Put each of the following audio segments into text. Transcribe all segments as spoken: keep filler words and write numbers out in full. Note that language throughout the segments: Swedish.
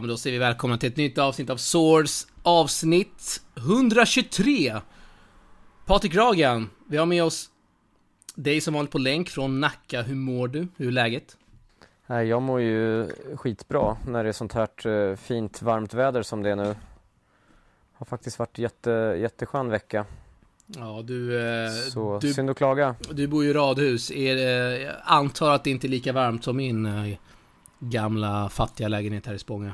men då säger vi välkomna till ett nytt avsnitt av Source, avsnitt etthundratjugotre. Patrik Ragan, vi har med oss dig som vanligt på länk från Nacka. Hur mår du? Hur är läget? Jag mår ju skitbra när det är sånt här fint varmt väder som det är nu. Har faktiskt varit jätte, jätteskön vecka. Ja, du, eh, Så du, synd att klaga. Du bor ju i radhus. Är, eh, jag antar att det inte är lika varmt som min eh, gamla fattiga lägenhet här i Spånga.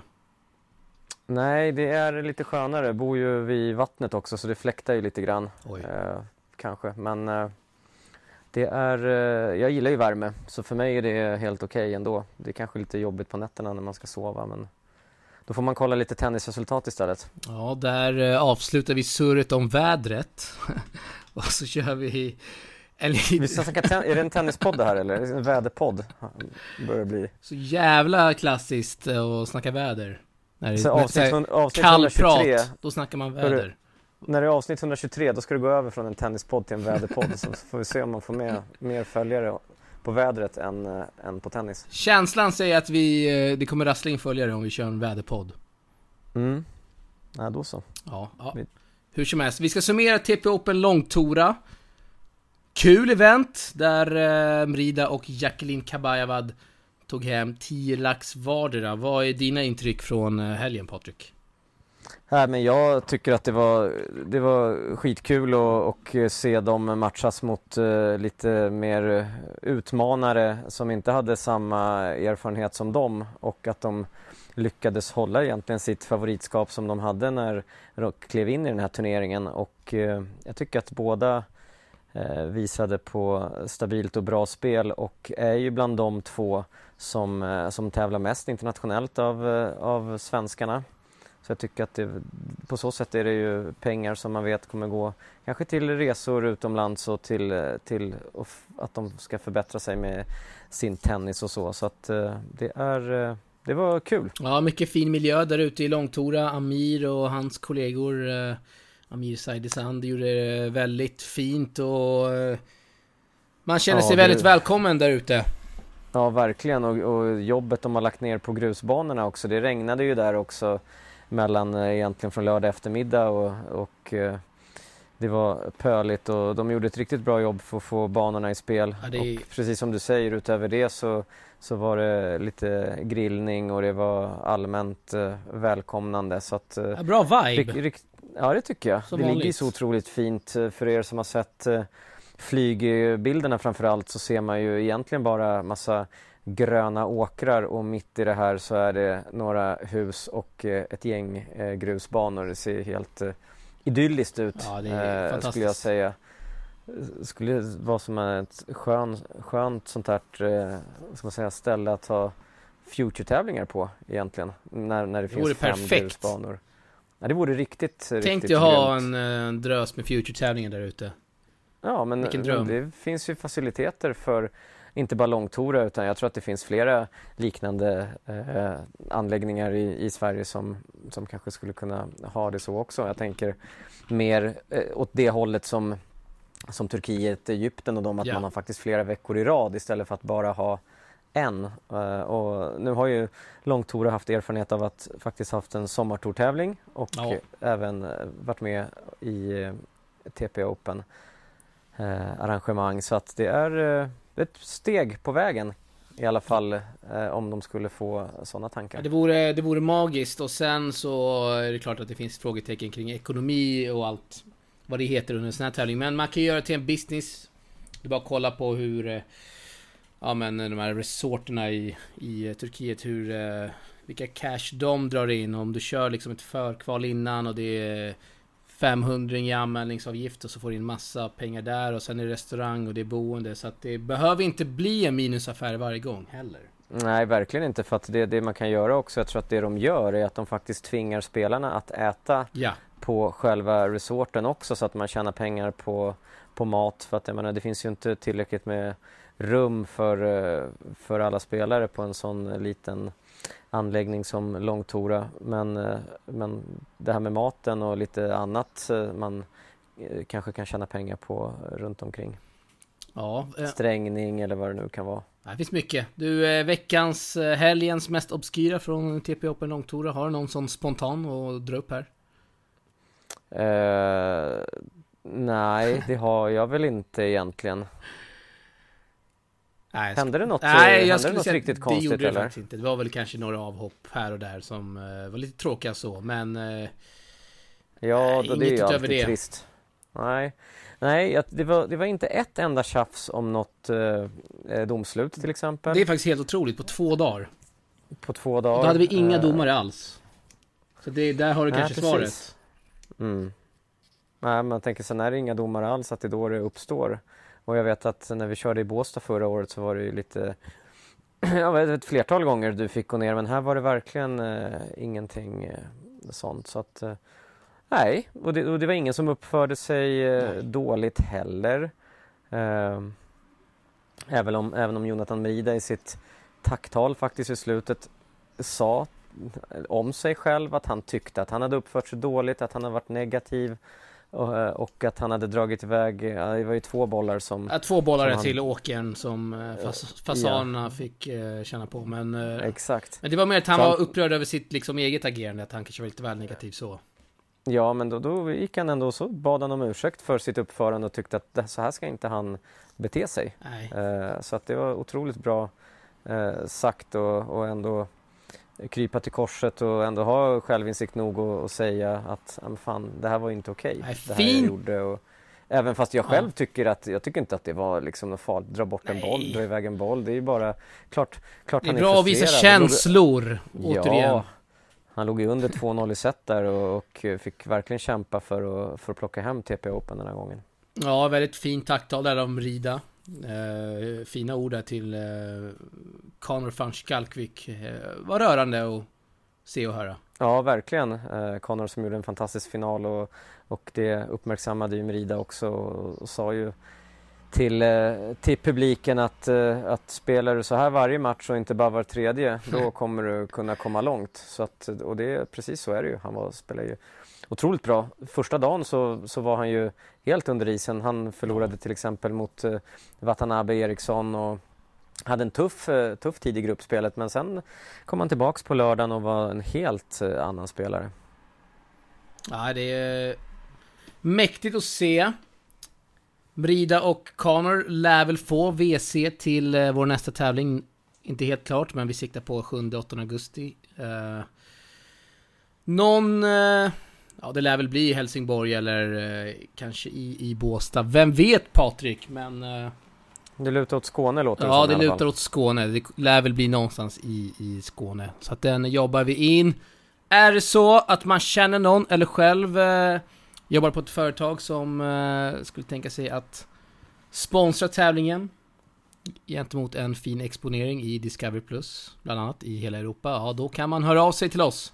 Nej, det är lite skönare. Jag bor ju vid vattnet också så det fläktar ju lite grann. Eh, kanske, men eh, det är, eh, jag gillar ju värme. Så för mig är det helt okej ändå. Det är kanske lite jobbigt på nätterna när man ska sova, men då får man kolla lite tennisresultat istället. Ja, där eh, avslutar vi surret om vädret. Och så kör vi en liten... Vi ska snacka ten- är det en tennispodd det här eller? En väderpodd börjar det bli. Så jävla klassiskt att snacka väder. När det så är avsnitt, så avsnitt kallprat, då snackar man väder. Du, när det är avsnitt etthundratjugotre, då ska du gå över från en tennispodd till en väderpodd. Så får vi se om man får med mer följare på vädret än, äh, än på tennis. Känslan säger att vi, det kommer rassla in följare om vi kör en väderpodd. Mm. Ja, då så. Ja, ja. Hur som helst, vi ska summera T P Open Långtora. Kul event där eh, Mrida och Jacqueline Kabayavad tog hem tio lax vardera. Vad är dina intryck från eh, helgen, Patrik? Ja, men jag tycker att det var, det var skitkul att och se dem matchas mot uh, lite mer utmanare som inte hade samma erfarenhet som dem, och att de lyckades hålla egentligen sitt favoritskap som de hade när de klev in i den här turneringen. Och uh, jag tycker att båda uh, visade på stabilt och bra spel och är ju bland de två som, uh, som tävlar mest internationellt av, uh, av svenskarna. Så jag tycker att det, på så sätt är det ju pengar som man vet kommer gå kanske till resor utomlands och till, till och att de ska förbättra sig med sin tennis och så. Så att det, är, det var kul. Ja, mycket fin miljö där ute i Långtora. Amir och hans kollegor, eh, Amir Saidesand, gjorde det väldigt fint och eh, man känner sig ja, väldigt det... välkommen där ute. Ja, verkligen. Och, och jobbet de har lagt ner på grusbanorna också. Det regnade ju där också mellan egentligen från lördag eftermiddag och, och eh, det var pöligt och de gjorde ett riktigt bra jobb för att få banorna i spel. Ja, det... Och precis som du säger, utöver det så, så var det lite grillning och det var allmänt eh, välkomnande. Så att, eh, ja, bra vibe! Rik, rik, ja, det tycker jag. Som det vanligt. Ligger så otroligt fint. För er som har sett eh, flygbilderna framförallt så ser man ju egentligen bara massa gröna åkrar och mitt i det här så är det några hus och eh, ett gäng eh, grusbanor. Det ser helt eh, idylliskt ut, ja, det är eh, skulle jag säga. Skulle vara som ett skön, skönt sånt här eh, ska man säga, ställe att ha future-tävlingar på egentligen. När, när det, det finns fem perfekt. grusbanor. Ja, det vore riktigt, Tänkte riktigt jag ha en, en drös med future-tävlingar där ute. Ja, men, men det finns ju faciliteter för inte bara Långtora, utan jag tror att det finns flera liknande eh, anläggningar i, i Sverige som, som kanske skulle kunna ha det så också. Jag tänker mer eh, åt det hållet som, som Turkiet, Egypten och de, att ja. man har faktiskt flera veckor i rad istället för att bara ha en. Eh, och nu har ju Långtora haft erfarenhet av att faktiskt haft en sommartortävling och ja. även eh, varit med i eh, T P Open eh, arrangemang. Så att det är eh, ett steg på vägen i alla fall eh, om de skulle få sådana tankar. Ja, det, vore, det vore magiskt. Och sen så är det klart att det finns frågetecken kring ekonomi och allt vad det heter under en sån här tävling. Men man kan göra det till en business. Det är bara att kolla på hur eh, ja, men de här resorterna i, i Turkiet, hur, eh, vilka cash de drar in. Om du kör liksom ett förkval innan och det är femhundra i anmälningsavgift och så får du in massa pengar där och sen är det restaurang och det är boende, så att det behöver inte bli en minusaffär varje gång heller. Nej, verkligen inte, för att det, det man kan göra också, jag tror att det de gör är att de faktiskt tvingar spelarna att äta ja. på själva resorten också, så att man tjänar pengar på, på mat, för att jag menar, det finns ju inte tillräckligt med rum för, för alla spelare på en sån liten anläggning som Långtora, men, men det här med maten och lite annat man kanske kan tjäna pengar på runt omkring. Ja, eh. Strängning eller vad det nu kan vara. Det finns mycket. Du, eh, veckans, eh, helgens mest obskyra från T P Open Långtoura. Har du någon sån spontan att dra upp här? Uh, nej, det har jag väl inte egentligen. Nej, hände det något, nej, jag hände det något säga, riktigt det konstigt gjorde det eller? Faktiskt inte. Det var väl kanske några avhopp här och där som uh, var lite tråkiga så, men uh, ja, då, det är ju alltid det. trist. Nej, nej det, var, det var inte ett enda tjafs om något uh, domslut till exempel. Det är faktiskt helt otroligt, på två dagar. På två dagar. Då hade vi inga uh, domare alls. Så det, där har du nej, kanske precis. svaret. Mm. Nej, man tänker så när det är inga domare alls att det är då det uppstår. Och jag vet att när vi körde i Båstad förra året så var det ju lite, jag vet ett flertal gånger du fick gå ner, men här var det verkligen eh, ingenting eh, sånt. Så att, eh, nej, och det, och det var ingen som uppförde sig eh, dåligt heller. Eh, även, om, även om Jonathan Merida i sitt tacktal faktiskt i slutet sa om sig själv att han tyckte att han hade uppfört sig dåligt, att han hade varit negativ. Och, och att han hade dragit iväg, ja, det var ju två bollar som... Ja, två bollar som till han, Åkern som eh, fas, Fasana ja. fick eh, känna på. Men, eh, exakt. Men det var mer att han så var han, upprörd över sitt liksom, eget agerande, att han kanske var lite väl negativ så. Ja, men då, då gick han ändå så bad han om ursäkt för sitt uppförande och tyckte att det, så här ska inte han bete sig. Nej. Eh, så att det var otroligt bra eh, sagt och, och ändå krypa till korset och ändå ha självinsikt nog och, och säga att fan, det här var inte okej. Nej, det här jag gjorde och, även fast jag själv ja. tycker att jag tycker inte att det var liksom något farligt, dra bort Nej. en boll, dra iväg en boll, det är ju bara klart, klart det är han bra är att visa känslor låg, återigen. Ja, han låg ju under två noll i set där och, och fick verkligen kämpa för att, för att plocka hem T P Open den här gången. Ja, väldigt fint tacktal där av Merida. Eh, fina ord där till eh, Conor van Schalkwyk. Eh, var rörande att se och höra. Ja, verkligen. Eh, Conor som gjorde en fantastisk final och, och det uppmärksammade ju Merida också och, och sa ju till, eh, till publiken att, eh, att spelar du så här varje match och inte bara var tredje, då kommer du kunna komma långt. Så att, och det, precis så är det ju. Han var, spelar ju otroligt bra. Första dagen så, så var han ju helt under isen. Han förlorade till exempel mot eh, Watanabe Eriksson och hade en tuff, eh, tuff tid i gruppspelet. Men sen kom han tillbaks på lördagen och var en helt eh, annan spelare. Ja, det är mäktigt att se. Merida och Conor lär väl få V C till eh, vår nästa tävling. Inte helt klart, men vi siktar på sjunde åttonde augusti. Eh, någon... Eh, Ja, det lär väl bli i Helsingborg eller eh, kanske i, i Båstad. Vem vet, Patrik, men... Eh, det lutar åt Skåne låter det Ja, som, det lutar åt Skåne. Det lär väl bli någonstans i, i Skåne. Så att den jobbar vi in. Är det så att man känner någon eller själv eh, jobbar på ett företag som eh, skulle tänka sig att sponsra tävlingen gentemot en fin exponering i Discovery Plus, bland annat i hela Europa, ja, då kan man höra av sig till oss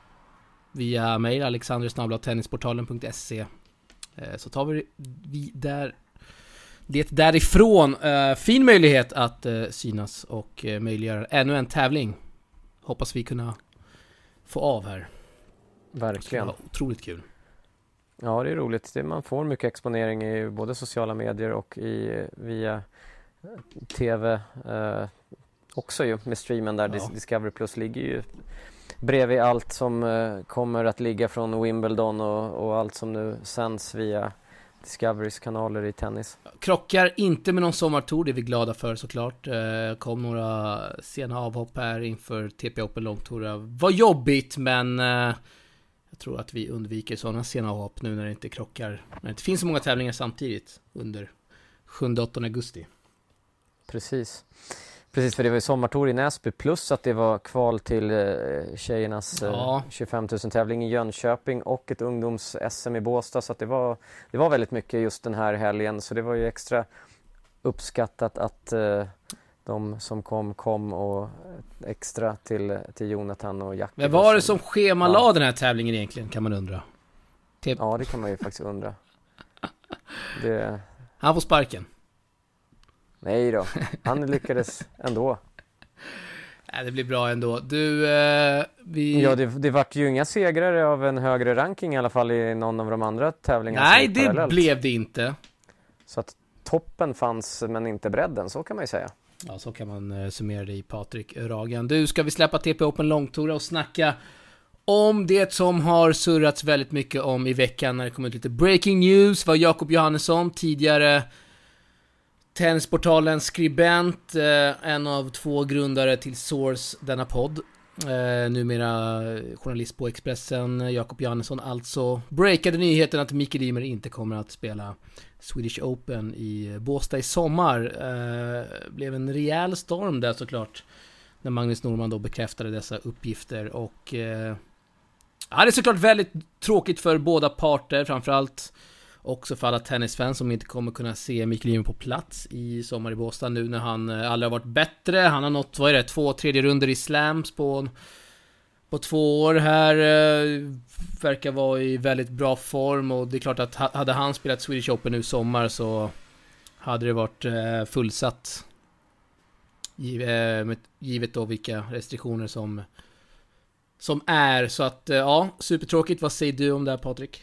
via mejl alexander snabel-a tennisportalen punkt se. Så tar vi, vi där det därifrån. Uh, fin möjlighet att uh, synas och uh, möjliggöra ännu en tävling. Hoppas vi kunna få av här. Verkligen. Det otroligt kul. Ja, det är roligt. Det, man får mycket exponering i både sociala medier och i, via tv uh, också ju med streamen där. Ja. Discovery Plus ligger ju bredvid allt som uh, kommer att ligga från Wimbledon och, och allt som nu sänds via Discoverys kanaler i tennis. Krockar inte med någon sommartour, det är vi glada för såklart. Uh, kom några sena avhopp här inför T P Open Långtour. Var jobbigt, men uh, jag tror att vi undviker sådana sena avhopp nu när det inte krockar. När det inte finns så många tävlingar samtidigt under sjunde åttonde augusti. Precis. Precis, för det var ju sommartour i Näsby plus att det var kval till eh, tjejernas ja. eh, tjugofem tusen tävling i Jönköping och ett ungdoms-S M i Båstad, så att det var, det var väldigt mycket just den här helgen, så det var ju extra uppskattat att eh, de som kom kom och extra till, till Jonathan och Jack. Men vad var det som schemalade ja. den här tävlingen egentligen, kan man undra? Typ. Ja, det kan man ju faktiskt undra. Det... Han får sparken. Nej då, han lyckades ändå. Nej, det blir bra ändå. Du, eh, vi... Ja, det, det vart ju inga segrare av en högre ranking i alla fall i någon av de andra tävlingarna. Nej, det blev det inte. Så att toppen fanns, men inte bredden, så kan man ju säga. Ja, så kan man uh, summera det i Patrik Ragan. Du, ska vi släppa T P Open långtura och snacka om det som har surrats väldigt mycket om i veckan när det kommer ut lite breaking news. Var Jakob Johannesson, tidigare Tennisportalens skribent, uh, en av två grundare till Source, denna podd. Uh, numera journalist på Expressen, Jakob Johannesson, alltså breakade nyheten att Mikael Ymer inte kommer att spela Swedish Open i Båstad i sommar. Uh, blev en rejäl storm där såklart när Magnus Norman då bekräftade dessa uppgifter och uh, ja, det är såklart väldigt tråkigt för båda parter, framförallt också för alla tennisfans som inte kommer kunna se Mikael Ymer på plats i sommar i Båstad nu när han aldrig har varit bättre. Han har nått, vad är det, två tredje runder i slams på, på två år här. Verkar vara i väldigt bra form och det är klart att hade han spelat Swedish Open nu i sommar så hade det varit fullsatt. Givet då vilka restriktioner som, som är. Så att ja, supertråkigt. Vad säger du om det här, Patrik?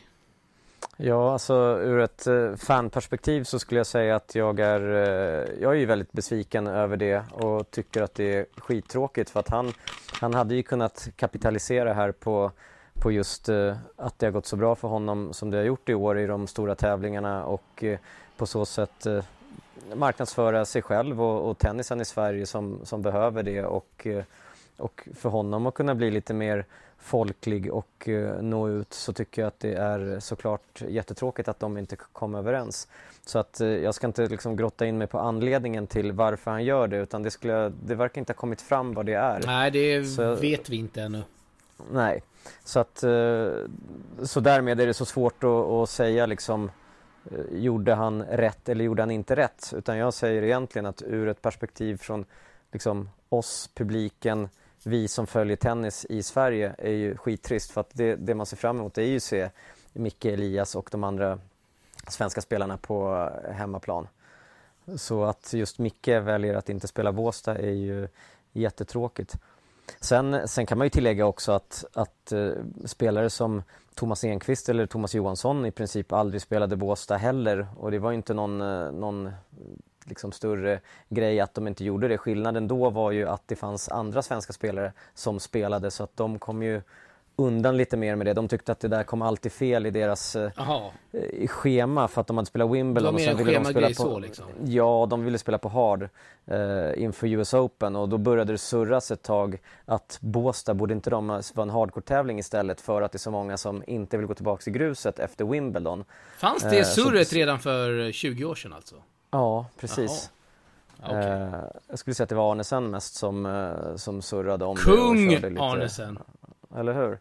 Ja, alltså ur ett fanperspektiv så skulle jag säga att jag är, jag är ju väldigt besviken över det och tycker att det är skittråkigt för att han, han hade ju kunnat kapitalisera här på, på just att det har gått så bra för honom som det har gjort i år i de stora tävlingarna och på så sätt marknadsföra sig själv och, och tennisen i Sverige som, som behöver det och, och för honom att kunna bli lite mer folklig och uh, nå ut så tycker jag att det är såklart jättetråkigt att de inte kom överens. Så att uh, jag ska inte liksom grotta in mig på anledningen till varför han gör det utan det, skulle jag, det verkar inte ha kommit fram vad det är. Nej, det så, vet vi inte ännu. Nej, så att uh, så därmed är det så svårt att, att säga liksom uh, gjorde han rätt eller gjorde han inte rätt utan jag säger egentligen att ur ett perspektiv från liksom oss, publiken, vi som följer tennis i Sverige är ju skittrist för att det, det man ser fram emot är ju att se Micke, Elias och de andra svenska spelarna på hemmaplan. Så att just Micke väljer att inte spela Båstad är ju jättetråkigt. Sen, sen kan man ju tillägga också att, att uh, spelare som Thomas Enqvist eller Thomas Johansson i princip aldrig spelade Båstad heller och det var ju inte någon, uh, någon liksom större grej att de inte gjorde det. Skillnaden då var ju att det fanns andra svenska spelare som spelade så att de kom ju undan lite mer med det. De tyckte att det där kom alltid fel i deras eh, schema för att de hade spelat Wimbledon och sen ville de spela på så, liksom. Ja, de ville spela på hard eh, inför U S Open och då började det surras ett tag att Båstad borde inte de vara en hardcore-tävling istället för att det är så många som inte vill gå tillbaka i gruset efter Wimbledon. Fanns det eh, surret så... redan för tjugo år sedan alltså? Ja, precis. Okay. Eh, jag skulle säga att det var Arnesen mest som, eh, som surrade om Kung det. Kung lite, Arnesen! Eller hur?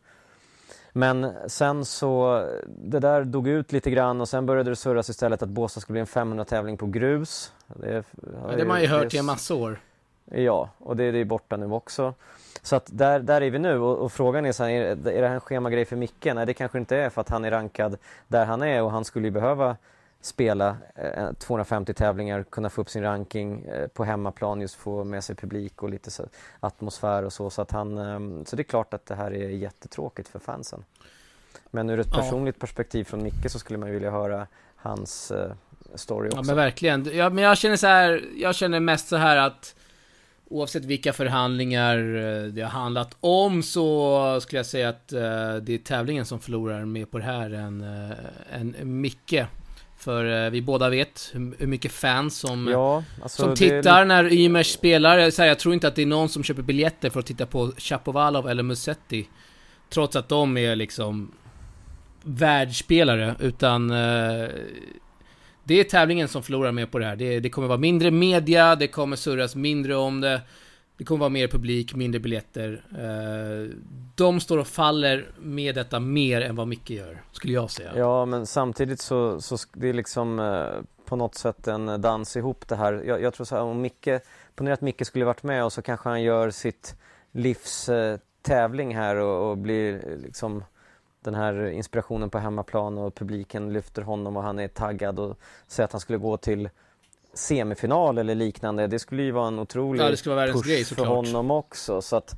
Men sen så, det där dog ut lite grann och sen började det surras istället att Båstad skulle bli en femhundra-tävling på grus. Det, ja, det har man ju hört i en massa år. Ja, och det är det borta nu också. Så att där, där är vi nu och, och frågan är så här, är, är det här en schemagrej för Micke? Nej, det kanske inte är för att han är rankad där han är och han skulle ju behöva spela eh, tvåhundrafemtio tävlingar, kunna få upp sin ranking eh, på hemmaplan, just få med sig publik och lite så, atmosfär och så. Så, att han, eh, så det är klart att det här är jättetråkigt för fansen. Men ur ett personligt ja. perspektiv från Micke så skulle man vilja höra hans eh, story också. Ja, men verkligen. Ja, men jag känner så här, jag känner mest så här att oavsett vilka förhandlingar det har handlat om så skulle jag säga att eh, det är tävlingen som förlorar mer på det här än, eh, än Micke. För eh, vi båda vet hur, hur mycket fans som, ja, alltså som tittar när Ymers spelar. Jag, här, jag tror inte att det är någon som köper biljetter för att titta på Shapovalov eller Musetti. Trots att de är liksom världsspelare. Utan eh, det är tävlingen som förlorar mer på det här. Det, det kommer vara mindre media, det kommer surras mindre om det. Det kommer vara mer publik, mindre biljetter. Eh, de står och faller med detta mer än vad Micke gör, skulle jag säga. Ja, men samtidigt så, så det är liksom eh, på något sätt en dans ihop det här. Jag, jag tror så här, om Micke, ponera att Micke skulle varit med och så kanske han gör sitt livs eh, tävling här och, och blir liksom den här inspirationen på hemmaplan och publiken lyfter honom och han är taggad och säger att han skulle gå till semifinal eller liknande. Det skulle ju vara en otrolig ja, det skulle vara push grej, för honom också. Så att,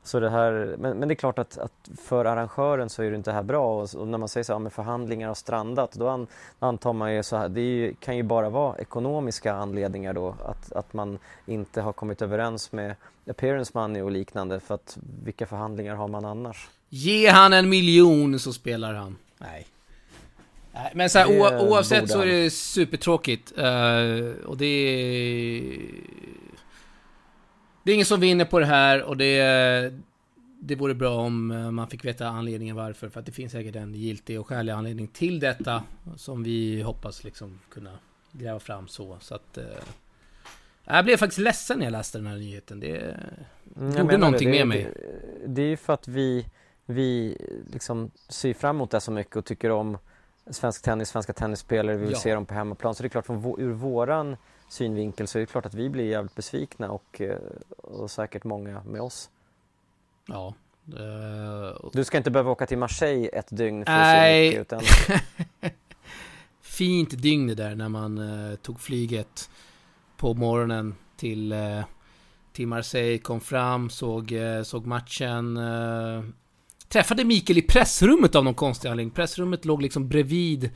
Så det här, men, men det är klart att, att för arrangören så är det inte här bra. Och, och när man säger så här, med förhandlingar har strandat, då an, antar man ju så här, det är ju, kan ju bara vara ekonomiska anledningar då. Att, att man inte har kommit överens med appearance money och liknande. För att vilka förhandlingar har man annars? Ge han en miljon så spelar han. Nej. Nej, men så här, o- oavsett så är det supertråkigt. Uh, och det är... Det är ingen som vinner på det här. Och det, det vore bra om man fick veta anledningen varför. För att det finns säkert en giltig och skälig anledning till detta. Som vi hoppas liksom kunna gräva fram så. Så att... Uh, jag blev faktiskt ledsen när jag läste den här nyheten. Det mm, gjorde någonting det, med mig. Det, det är ju för att vi... Vi liksom ser fram emot det så mycket och tycker om svensk tennis, svenska tennisspelare. Vi vill ja. se dem på hemmaplan. Så det är klart, från ur våran synvinkel så är det klart att vi blir jävligt besvikna och, och säkert många med oss. Ja. Uh, du ska inte behöva åka till Marseille ett dygn för nej. att se mycket, utan... Fint dygn det där när man uh, tog flyget på morgonen till, uh, till Marseille, kom fram, såg, uh, såg matchen... Uh, träffade Mikael i pressrummet av någon konstig anledning. Pressrummet låg liksom bredvid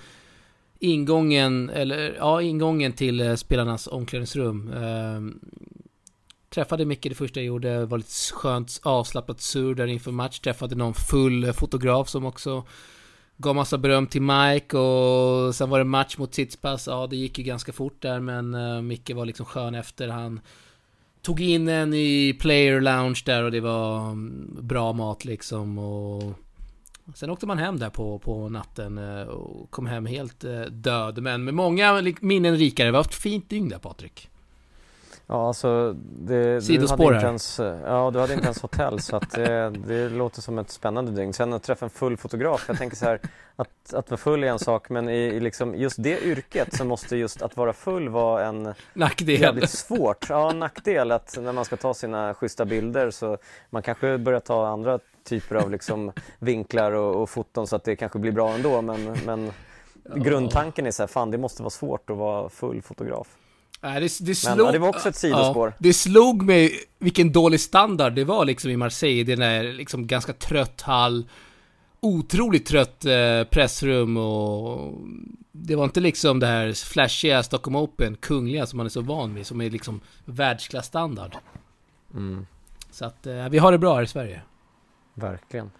ingången, eller ja, ingången till eh, spelarnas omklädningsrum. Eh, träffade Micke, det första jag gjorde var lite skönt avslappnat sur där inför match. Träffade någon full eh, fotograf som också gav massa beröm till Mike, och sen var det match mot Tsitsipas. Ja, det gick ju ganska fort där, men eh, Micke var liksom skön efter. Han tog in en i player lounge där och det var bra mat liksom, och sen åkte man hem där på, på natten och kom hem helt död, men med många minnen rikare. Det var ett fint dygn där, Patrik. Ja, alltså det, du hade inte ens, ja, du hade inte ens hotell, så att det, det låter som ett spännande dygn. Sen att träffa en full fotograf, jag tänker så här, att, att vara full är en sak, men i, i liksom just det yrket så måste just att vara full vara en nackdel. Jävligt svårt. Ja, nackdel att när man ska ta sina schyssta bilder så man kanske börjar ta andra typer av liksom vinklar och, och foton så att det kanske blir bra ändå, men, men ja. Grundtanken är så här, fan det måste vara svårt att vara full fotograf. Nej, det, det, slog, Men, ja, det var också ett sidospår. Ja, det slog mig vilken dålig standard det var liksom i Marseille. Det där liksom ganska trött hall, otroligt trött eh, pressrum, och det var inte liksom det här flashiga Stockholm Open, kungliga som man är så van vid, som är liksom världsklassstandard. Mm. Så att eh, vi har det bra här i Sverige. Verkligen.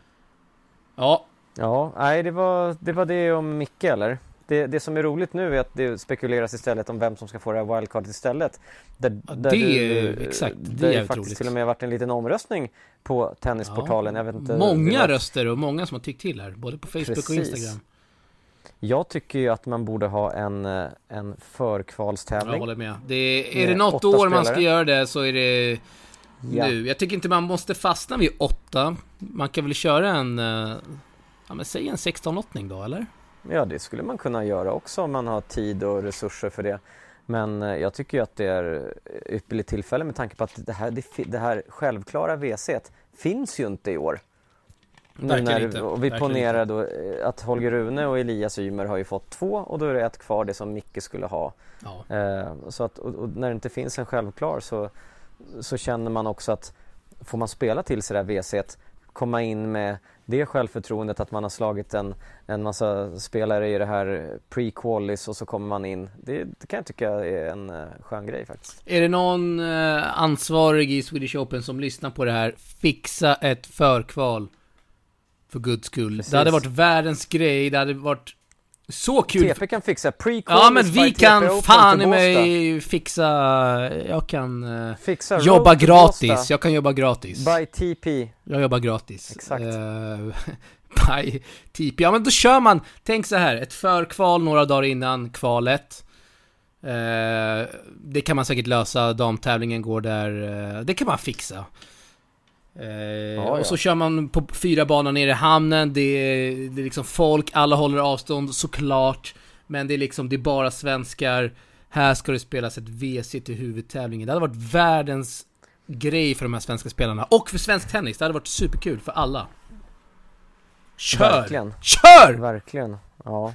Ja. Ja, nej, det var det, var det om Micke, eller? Det, det som är roligt nu är att det spekuleras istället om vem som ska få det här wildcardet istället. Där, ja, där det du, är exakt. Det där är det faktiskt roligt. Till och med varit en liten omröstning på tennisportalen. Ja, jag vet inte, många var... röster och många som har tyckt till här, både på Facebook Precis. och Instagram. Jag tycker ju att man borde ha en, en förkvalstävling. Jag håller med. Det är, är det något år spelare. Man ska göra det så är det ja. nu. Jag tycker inte man måste fastna vid åtta. Man kan väl köra en, ja, men säg en sexton-lottning då, eller? Ja, det skulle man kunna göra också om man har tid och resurser för det. Men jag tycker ju att det är ypperligt tillfälle med tanke på att det här, det, det här självklara V C-t finns ju inte i år. Nu när, inte. Och vi ponerar då att Holger Rune och Elias Ymer har ju fått två, och då är det ett kvar, det som Micke skulle ha. Ja. Eh, så att, och, och när det inte finns en självklar så, så känner man också att får man spela till sig det här V C-t, komma in med det självförtroendet att man har slagit en, en massa spelare i det här pre-qualis och så kommer man in. Det, det kan jag tycka är en uh, skön grej faktiskt. Är det någon uh, ansvarig i Swedish Open som lyssnar på det här? Fixa ett förkval för guds skull. Precis. Det hade varit världens grej. Det hade varit så kul. T P kan fixa pre-qualis. Ja, men vi kan fan i mig fixa. Jag kan uh, fixa jobba gratis. Jag kan jobba gratis. By T P. Jag jobbar gratis. Exakt. Uh, by T P. Ja, men då kör man. Tänk så här. Ett förkval några dagar innan kvalet. Uh, det kan man säkert lösa. Damtävlingen går där. Uh, det kan man fixa. Uh, ja, och så ja. kör man på fyra banor nere i hamnen. Det är, det är liksom folk, alla håller avstånd såklart, men det är liksom, det är bara svenskar. Här ska det spelas ett V C till huvudtävlingen. Det hade varit världens grej för de här svenska spelarna och för svensk tennis. Det hade varit superkul för alla. Kör! Verkligen. Kör! Verkligen, ja.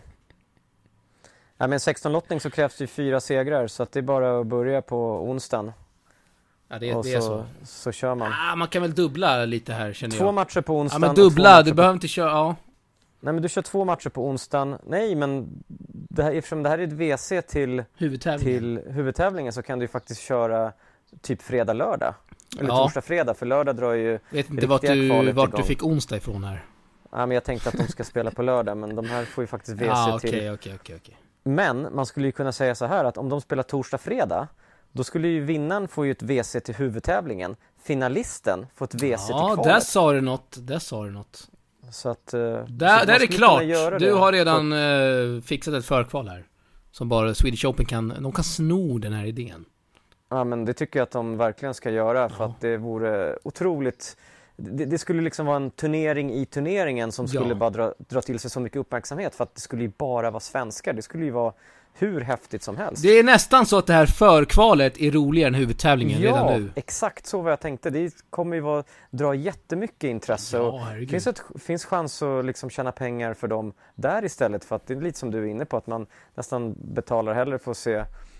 Ja, men sexton-lottning så krävs det ju fyra segrar, så att det är bara att börja på onsdagen. Ja, det, och det är så, så. så kör man. Ah, man kan väl dubbla lite här, känner Två jag. matcher på onsdagen. Ja, men dubbla, du på... behöver inte köra, ja. Nej, men du kör två matcher på onsdagen. Nej, men det här, eftersom det här är ett V C till huvudtävlingen. till huvudtävlingen så kan du ju faktiskt köra typ fredag, lördag. Eller Ja. torsdag, fredag. För lördag drar ju Vet inte vart du, vart du fick onsdag ifrån här. Ja, men jag tänkte att de ska spela på lördag, men de här får ju faktiskt V C Ja, till. okej, okej, okej, okej. Men man skulle ju kunna säga så här att om de spelar torsdag, fredag, då skulle ju vinnaren få ju ett V C till huvudtävlingen. Finalisten får ett V C Ja, till kvalet. där sa du något. Där sa du något. Så att, uh, Där, så där är det klart. Du har redan uh, fixat ett förkval här. Som bara Swedish Open kan, de kan sno den här idén. Ja, men det tycker jag att de verkligen ska göra för Ja. att det vore otroligt. Det, det skulle liksom vara en turnering i turneringen som skulle Ja. bara dra, dra till sig så mycket uppmärksamhet för att det skulle ju bara vara svenskar. Det skulle ju vara hur häftigt som helst. Det är nästan så att det här förkvalet är roligare än huvudtävlingen ja, redan nu. Exakt så vad jag tänkte. Det kommer ju vara, dra jättemycket intresse. Ja, och herregud. finns ett, finns chans att liksom tjäna pengar för dem där istället. För att det är lite som du är inne på att man nästan betalar hellre för att se,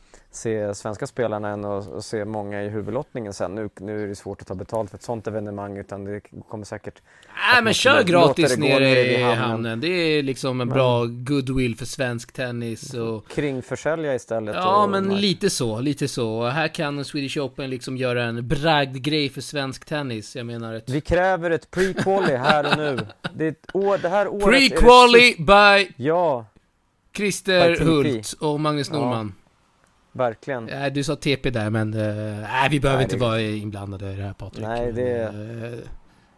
se svenska spelarna än att, att se många i huvudlottningen sen. Nu, nu är det svårt att ta betalt för ett sånt evenemang utan det kommer säkert... Nej, men kör gratis nere nere i i hamnen. hamnen. Det är liksom en Men- bra goodwill för svensk tennis och... Kringförsälja istället. Ja, och, men och, lite så, lite så. Och här kan Swedish Open liksom göra en bragdgrej för svensk tennis. Jag menar ett... Vi kräver ett pre-quali här och nu. Det, är ett år, det här året är det Pre-quali by Ja, Christer By T P. Hult och Magnus Ja. Norman. verkligen. Nej, du sa T P där, men uh, nej, vi behöver Nej, inte det- vara inblandade i det här, Patrik. Nej, det- Men, eh,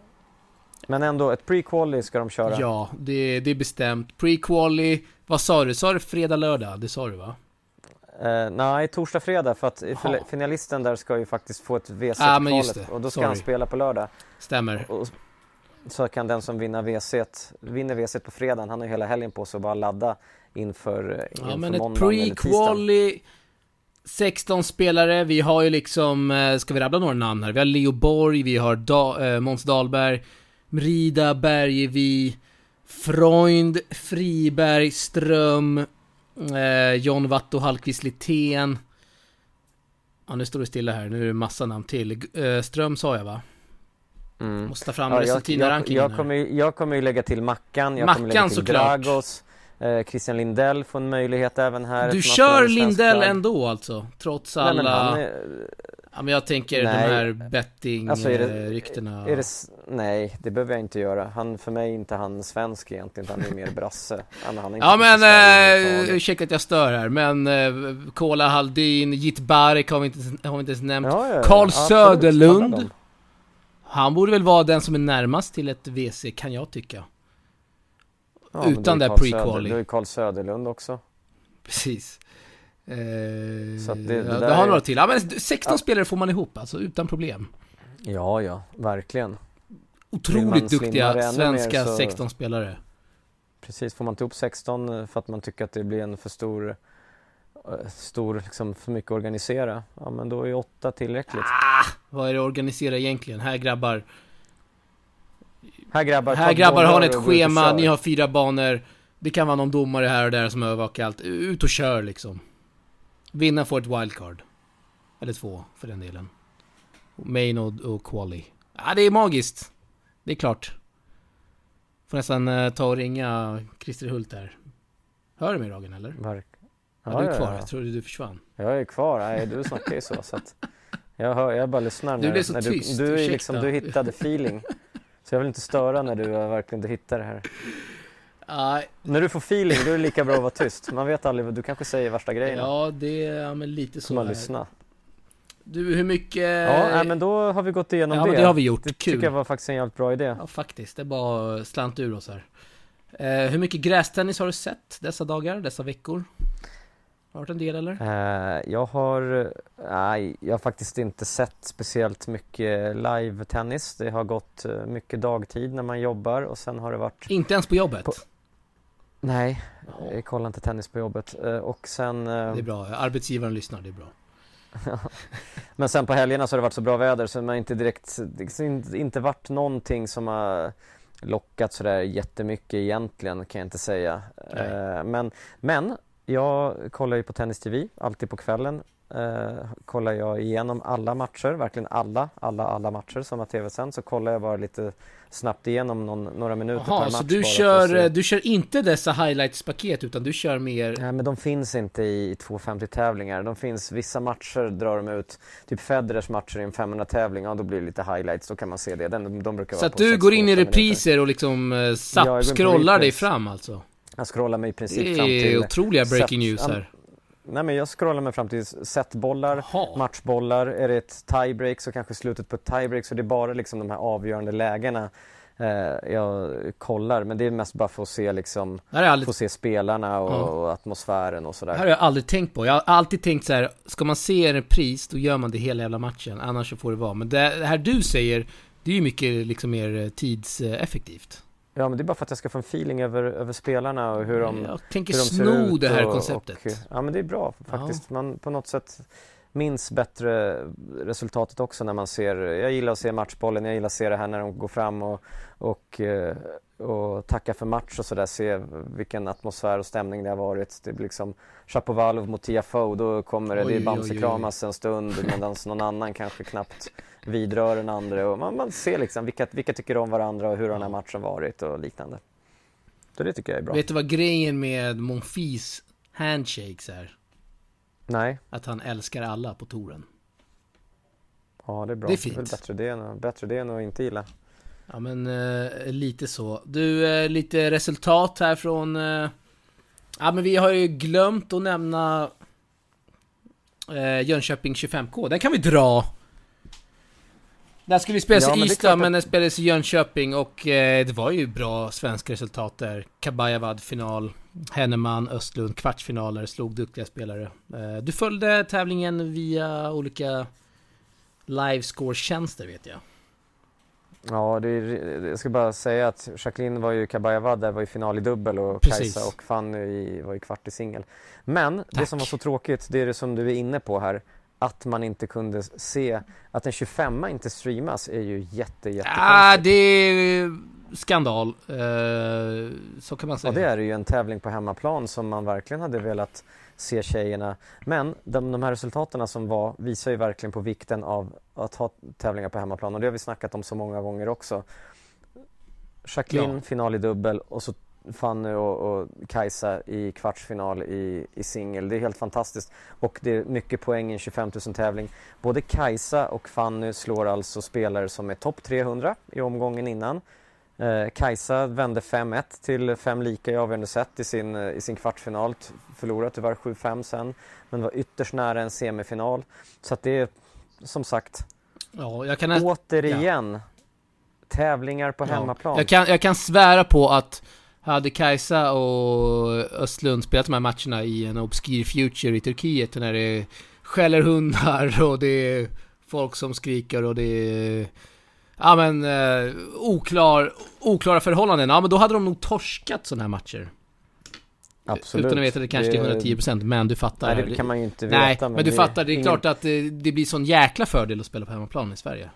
Men ändå, ett pre-quali ska de köra. ja, det, det är bestämt. Pre-quali, vad sa du? Sa du fredag, lördag? Det sa du, va? Eh, nej, torsdag, fredag. För att Jaha. finalisten där ska ju faktiskt få ett V C Ah, till men just kvalet. det. Och då ska Sorry. han spela på lördag. Stämmer. Och så kan den som vinner V C, vinner V C på fredagen, han har ju hela helgen på sig att bara ladda inför, inför Ja, men ett måndagen eller tisdagen. pre-quali, sexton spelare. Vi har ju liksom, eh, ska vi rabbla några namn här? Vi har Leo Borg, vi har da, eh, Måns Dahlberg, Mrida Bergevi, Freund, Friberg, Ström, eh, John Watto, Hallqvist Littén. Ja, nu står det stilla här. Nu är det massa namn till. G- eh, Ström sa jag, va? Mm. Måste ta fram Ja, jag, jag, resultatrankingen jag, här. kommer, ju- jag kommer ju lägga till Mackan, jag Mackan, kommer lägga till såklart. Dragos, eh, Christian Lindell får en möjlighet även här. Du eftersom han kör spelar i svensk Lindell lag. ändå alltså? Trots Nej, alla... men han är, Ja, men jag tänker Nej. de här betting Alltså, är det- eh, ryktena. är det, s- nej, det behöver jag inte göra. Han, för mig är inte han svensk egentligen, utan han är mer brasse. Ja, men, han är inte Ja, från men Sverige eh, överhuvudtaget. ursäkta att jag stör här, men eh, Kola Haldin, Jit Barek har vi inte, har vi inte ens nämnt. Ja, ja, ja, Carl absolut, Söderlund. alla dem. Han borde väl vara den som är närmast till ett V C, kan jag tycka. Ja, men Utan det är där Carl pre-quali. Söder- Du är Carl Söderlund också. Precis. Eh, Så att det- det ja, där det har är- några till. Ja, men sexton Ja. spelare får man ihop, alltså utan problem. Ja, ja, verkligen. Vill man Otroligt slimma duktiga det ännu svenska mer så- sexton spelare. Precis, får man inte ihop sexton för att man tycker att det blir en för stor, eh, stor liksom för mycket att organisera, ja men då är åtta tillräckligt. Ah, vad är det att organisera egentligen? Här grabbar, Här grabbar, här ta grabbar har ni bollar ett och gå ut och schema, kör. ni har fyra banor. Det kan vara någon domare här och där som övervakar allt. Ut och kör liksom. Vinna får ett wildcard. Eller två för den delen. Main och, och quali. Ja, det är magiskt. Det är klart. Får nästan uh, ta och ringa Christer Hult här. Hör du mig, Ragen, eller? Verk. Ja, Ja, du är ja, kvar. ja. Jag trodde du försvann. Jag är kvar, nej du snackar ju så, så att jag, hör, jag bara lyssnar Du när, blev så när tyst, du, du, är ursäkta. liksom, du hittade feeling. Så jag vill inte störa när du uh, verkligen du hittar det här. Ja, När du får feeling, då är det lika bra att vara tyst. Man vet aldrig, du kanske säger värsta grejerna. ja, det är ja, men lite så Så man här. lyssna. Du, hur mycket... Ja, nej, men då har vi gått igenom Ja, det. men det har vi gjort. Det Kul. tycker jag var faktiskt en jävligt bra idé. Ja, faktiskt. Det är bara slant ur oss här. Eh, hur mycket grästennis har du sett dessa dagar, dessa veckor? Har du varit en del, eller? Eh, jag har nej, jag har faktiskt inte sett speciellt mycket live-tennis. Det har gått eh, mycket dagtid när man jobbar och sen har det varit... Inte ens på jobbet? På- Nej, jag kollar inte tennis på jobbet. Eh, och sen... eh, Det är bra. Arbetsgivaren lyssnar, det är bra. Men sen på helgerna så har det varit så bra väder så man inte direkt... Det har inte- inte varit någonting som har lockat sådär jättemycket egentligen, kan jag inte säga. Nej. Eh, men, men jag kollar ju på Tennis T V alltid på kvällen. eh, kollar jag igenom alla matcher, verkligen alla, alla, alla matcher som har tv-sänd, så kollar jag bara lite snabbt igenom någon, några minuter Aha, per match. Så du bara kör, du kör inte dessa highlights-paket utan du kör mer... Nej, men de finns inte i tvåhundrafemtio-tävlingar. De finns, vissa matcher drar de ut, typ Federers matcher i en femhundra-tävling, ja då blir det lite highlights, då kan man se det. Den, de brukar så vara att på du går in i minuter. repriser och liksom uh, zapp, ja, scrollar dig fram alltså? Jag scrollar mig i princip det fram till... Det är otroliga breaking set, news här. Nej, men jag scrollar mig fram till setbollar, Aha. matchbollar. Är det ett tiebreak så kanske slutet på ett tiebreak, så det är bara liksom de här avgörande lägena eh, jag kollar. Men det är mest bara för att se liksom, aldrig... få se spelarna och, ja. och atmosfären och sådär. Det här har jag aldrig tänkt på. Jag har alltid tänkt så här: ska man se en repris, då gör man det hela jävla matchen, annars så får det vara. Men det, det här du säger, det är ju mycket liksom mer tidseffektivt. Ja, men det är bara för att jag ska få en feeling över, över spelarna och hur de, jag tänker hur de sno det här och, konceptet. Och, ja, men det är bra faktiskt. Ja. Man på något sätt minns bättre resultatet också när man ser... Jag gillar att se matchbollen, jag gillar att se det här när de går fram och, och, och tacka för match och sådär. Se vilken atmosfär och stämning det har varit. Det blir liksom Shapovalov mot Tiafoe, då kommer det, oj, det är bamsekramas en stund medan någon annan kanske knappt vidrör den andra. Och man, man ser liksom vilka, vilka tycker om varandra och hur den här matchen varit och liknande. Så det tycker jag är bra. Vet du vad grejen med Monfils handshakes är? Nej. Att han älskar alla på touren. Ja, det är bra. Det är fint. Det är väl bättre det än, bättre det än att inte gilla. Ja, men eh, lite så. Du, eh, lite resultat här från... Eh, ja, men vi har ju glömt att nämna eh, Jönköping tjugofem K. Den kan vi dra. Där skulle vi spela ja, i Ystad, men, att... men den spelades i Jönköping och eh, det var ju bra svenska resultat där. Kabajavad final, Henneman, Östlund, kvartsfinaler, slog duktiga spelare. Eh, du följde tävlingen via olika livescore-tjänster, vet jag. Ja, det är, jag ska bara säga att Jacqueline var ju Kabajavad, där var ju final i dubbel och precis. Kajsa och Fanny var ju kvart i singel. Men Tack. Det som var så tråkigt, det är det som du är inne på här, att man inte kunde se att en tjugofem inte streamas är ju jätte, jätte ah, det är skandal. Uh, så kan man säga. Ja, det är ju en tävling på hemmaplan som man verkligen hade velat se tjejerna. Men de, de här resultaten som var visar ju verkligen på vikten av att ha tävlingar på hemmaplan. Och det har vi snackat om så många gånger också. Jacqueline, ja. Final i dubbel och så Fanny och, och Kajsa i kvartsfinal i, i singel. Det är helt fantastiskt. Och det är mycket poäng i en tjugofem tusen tävling. Både Kajsa och Fanny slår alltså spelare som är topp trehundra i omgången innan. Eh, Kajsa vände fem ett till fem lika i avgörande set i sin, i sin kvartsfinal. Förlorade tyvärr sju fem sen. Men var ytterst nära en semifinal. Så att det är som sagt ja, jag kan återigen ja. tävlingar på ja. hemmaplan. Jag kan, jag kan svära på att hade Kajsa och Östlund spelat de här matcherna i en obskyr future i Turkiet när det skäller hundar och det är folk som skriker och det är ja men eh, oklar, oklara förhållanden, ja men då hade de nog torskat sådana här matcher. Absolut. Utan att veta det kanske till hundratio procent, men du fattar. Nej, det kan man ju inte veta. Nej, men, men du det fattar, det är ingen... klart att det, det blir sån jäkla fördel att spela på hemmaplan i Sverige.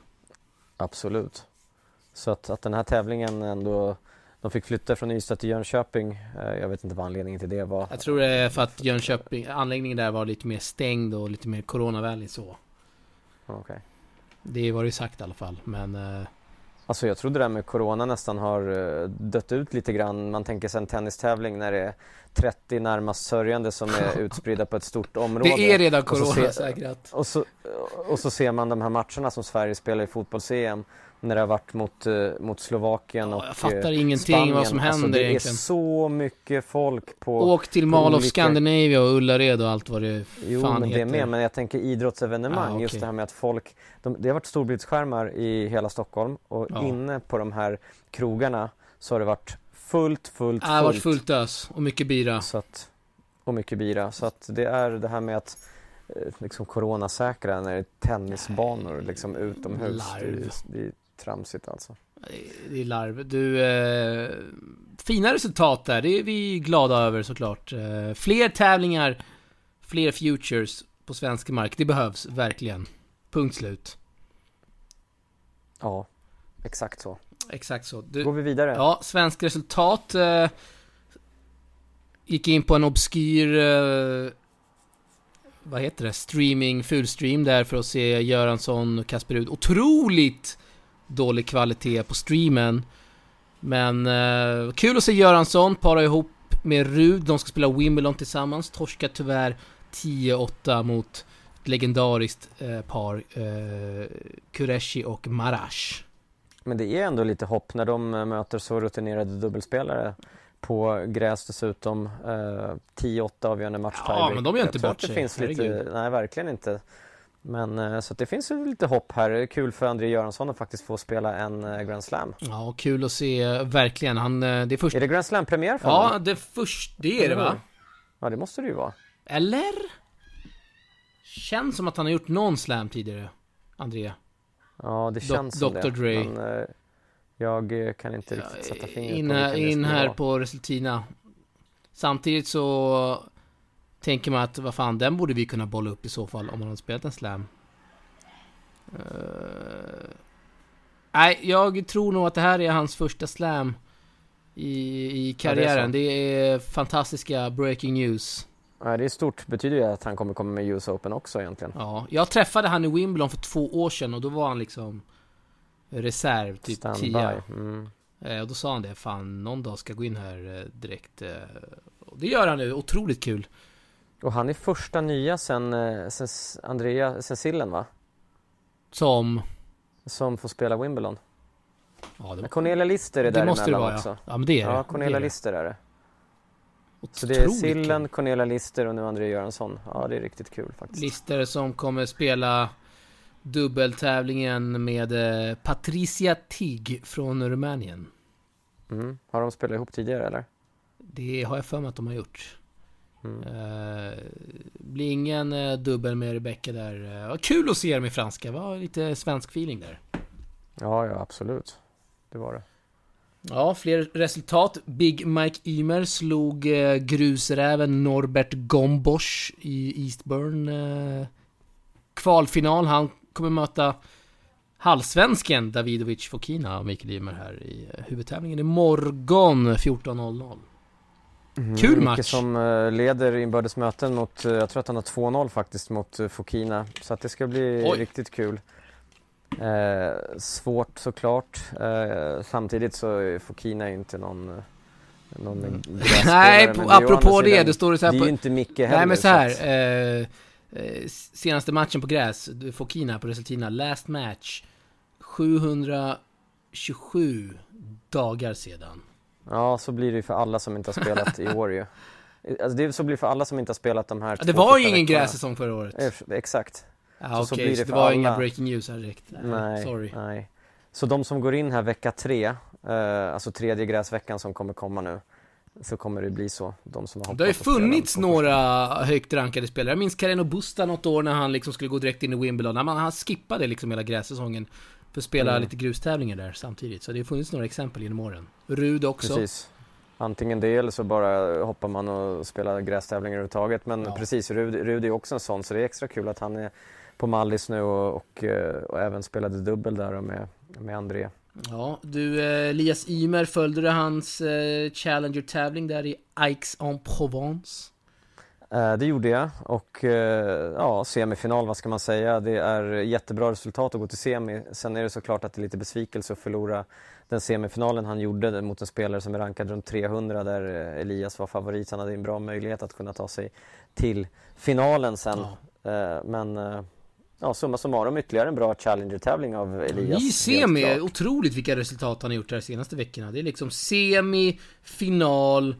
Absolut. Så att, att den här tävlingen ändå, de fick flytta från Ystad till Jönköping. Jag vet inte vad anledningen till det var. Jag tror det är för att Jönköping, anläggningen där var lite mer stängd och lite mer coronavänlig så. Okej. Okay. Det var det sagt i alla fall, men... Alltså jag trodde det där med corona nästan har dött ut lite grann. Man tänker sig en tennistävling när det är trettio närmast sörjande som är utspridda på ett stort område. Det är redan corona och se, säkert. Och så, och så ser man de här matcherna som Sverige spelar i fotbolls-E M när det har varit mot, mot Slovakien ja, och jag fattar ingenting Spanien. Vad som händer alltså, det egentligen. är så mycket folk på... Åk till Mall of olika... Scandinavia och Ullared och allt vad det jo, fan men heter. det är med, men jag tänker idrottsevenemang. Ah, okay. Just det här med att folk... De, det har varit storbildsskärmar i hela Stockholm och ja. Inne på de här krogarna så har det varit fullt, fullt, fullt. Det har varit fullt ös och mycket bira. Så att, och mycket bira. Så att det är det här med att liksom coronasäkra när det är tennisbanor liksom utomhus. Det är, det är tramsigt alltså. Det är larv. Du, eh, fina resultat där. Det är vi glada över såklart. Eh, fler tävlingar, fler futures på svenska mark. Det behövs verkligen. Punkt slut. Ja, exakt så. Exakt så. Du, går vi vidare? Ja, svensk resultat. Eh, gick in på en obskyr... Eh, vad heter det, streaming, fullstream där för att se Göransson och Kasper Ruud. Otroligt dålig kvalitet på streamen. Men eh, kul att se Göransson para ihop med Ruud. De ska spela Wimbledon tillsammans. Torska tyvärr tio åtta mot ett legendariskt eh, par, eh, Kureshi och Marash. Men det är ändå lite hopp när de möter så rutinerade dubbelspelare på gräs dessutom. Eh, tio åtta avgörande match. Ja, men de gör inte bort sig. Det finns lite, nej, verkligen inte. Men eh, så att det finns ju lite hopp här. Kul för André Göransson att faktiskt få spela en eh, Grand Slam. Ja, kul att se, verkligen. Han, eh, det är, först... är det Grand Slam-premiär för Ja, honom? det, först... det är det, va? Ja, det måste det ju vara. Eller? Känns som att han har gjort någon slam tidigare, André. Ja, det känns Do- som doktor det. Dre. Men eh, jag kan inte riktigt sätta fingret in på här, in här vara. på Resultina. Samtidigt så tänker man att vad fan, den borde vi kunna bolla upp i så fall om man har spelat en slam. Uh, nej, jag tror nog att det här är hans första slam i, i karriären. Ja, det, är det är fantastiska breaking news. Ja, det är stort. Betyder ju att han kommer komma med U S Open också egentligen. Ja, jag träffade han i Wimbledon för två år sedan och då var han liksom reserv, typ tio. Mm. Eh, och då sa han det, fan, någon dag ska gå in här eh, direkt. Eh, och det gör han nu, otroligt kul. Och han är första nya sen, eh, sen Andrea, sen Sillen, va? Som? Som får spela Wimbledon. Ja, det, Cornelia Lister är det där måste det emellan vara, också. Ja. ja, men det är det. Ja, Cornelia det är Lister är det. Otroligt så det är Sillen, kul. Cornelia Lister och nu André Göransson. Ja, det är riktigt kul faktiskt. Lister som kommer spela dubbeltävlingen med eh, Patricia Tig från Rumänien. Mm. Har de spelat ihop tidigare, eller? Det har jag för mig att de har gjort. Mm. Uh, blir ingen uh, dubbel med Rebecca där. Uh, kul att se dem i franska. Var lite svensk feeling där. Ja, ja, absolut. Det var det. Ja, fler resultat. Big Mike Ymer slog uh, grusräven Norbert Gombosch i Eastbourne. Uh, kvalfinal. Han kommer möta halvsvensken Davidovic Fokina och Mikael Ymer här i uh, huvudtävlingen imorgon fjorton noll noll. Mm, Kul match. Micke som uh, leder inbördesmöten mot, uh, jag tror att han har två noll faktiskt mot uh, Fokina. Så att det ska bli Oj. riktigt kul. Uh, svårt såklart. Uh, samtidigt så är Fokina inte någon, uh, någon mm. Nej, på, apropå det, det står det så här det på... är ju inte Micke heller. Nej, men så här. Så att... uh, senaste matchen på gräs, Fokina på Resultina, last match sjuhundratjugosju dagar sedan. Ja, så blir det ju för alla som inte har spelat i år ju. Alltså det är så blir det för alla som inte har spelat de här. Det var ju ingen grässäsong förra året. Exakt. Ja, okej, okay, så, så det, så det var alla. Inga breaking news här direkt. Nej, nej, sorry. Nej. Så de som går in här vecka tre, eh, alltså tredje gräsveckan som kommer komma nu, så kommer det bli så. De som har det har ju funnits några högt rankade spelare. Jag minns Carreno Busta något år när han liksom skulle gå direkt in i Wimbledon. Han, han skippade liksom hela grässäsongen för att spela mm. lite grustävlingar där samtidigt. Så det har funnits några exempel genom åren. Ruud också. Precis. Antingen det eller så bara hoppar man och spelar grästävlingar överhuvudtaget. Men ja. precis, Ruud, Ruud är också en sån. Så det är extra kul att han är på Mallis nu och, och, och även spelade dubbel där med, med André. Ja, du Elias Ymer, följde du hans eh, Challenger-tävling där i Aix-en-Provence? Eh, det gjorde jag och eh, ja, semifinal, vad ska man säga? Det är jättebra resultat att gå till semi. Sen är det såklart att det är lite besvikelse att förlora den semifinalen han gjorde mot en spelare som är rankad runt trehundra där Elias var favorit. Han hade en bra möjlighet att kunna ta sig till finalen sen. Ja. Eh, men eh, ja, summa summarum ytterligare en bra Challenger-tävling av Elias. Ny semi, otroligt vilka resultat han har gjort de senaste veckorna. Det är liksom semi, final,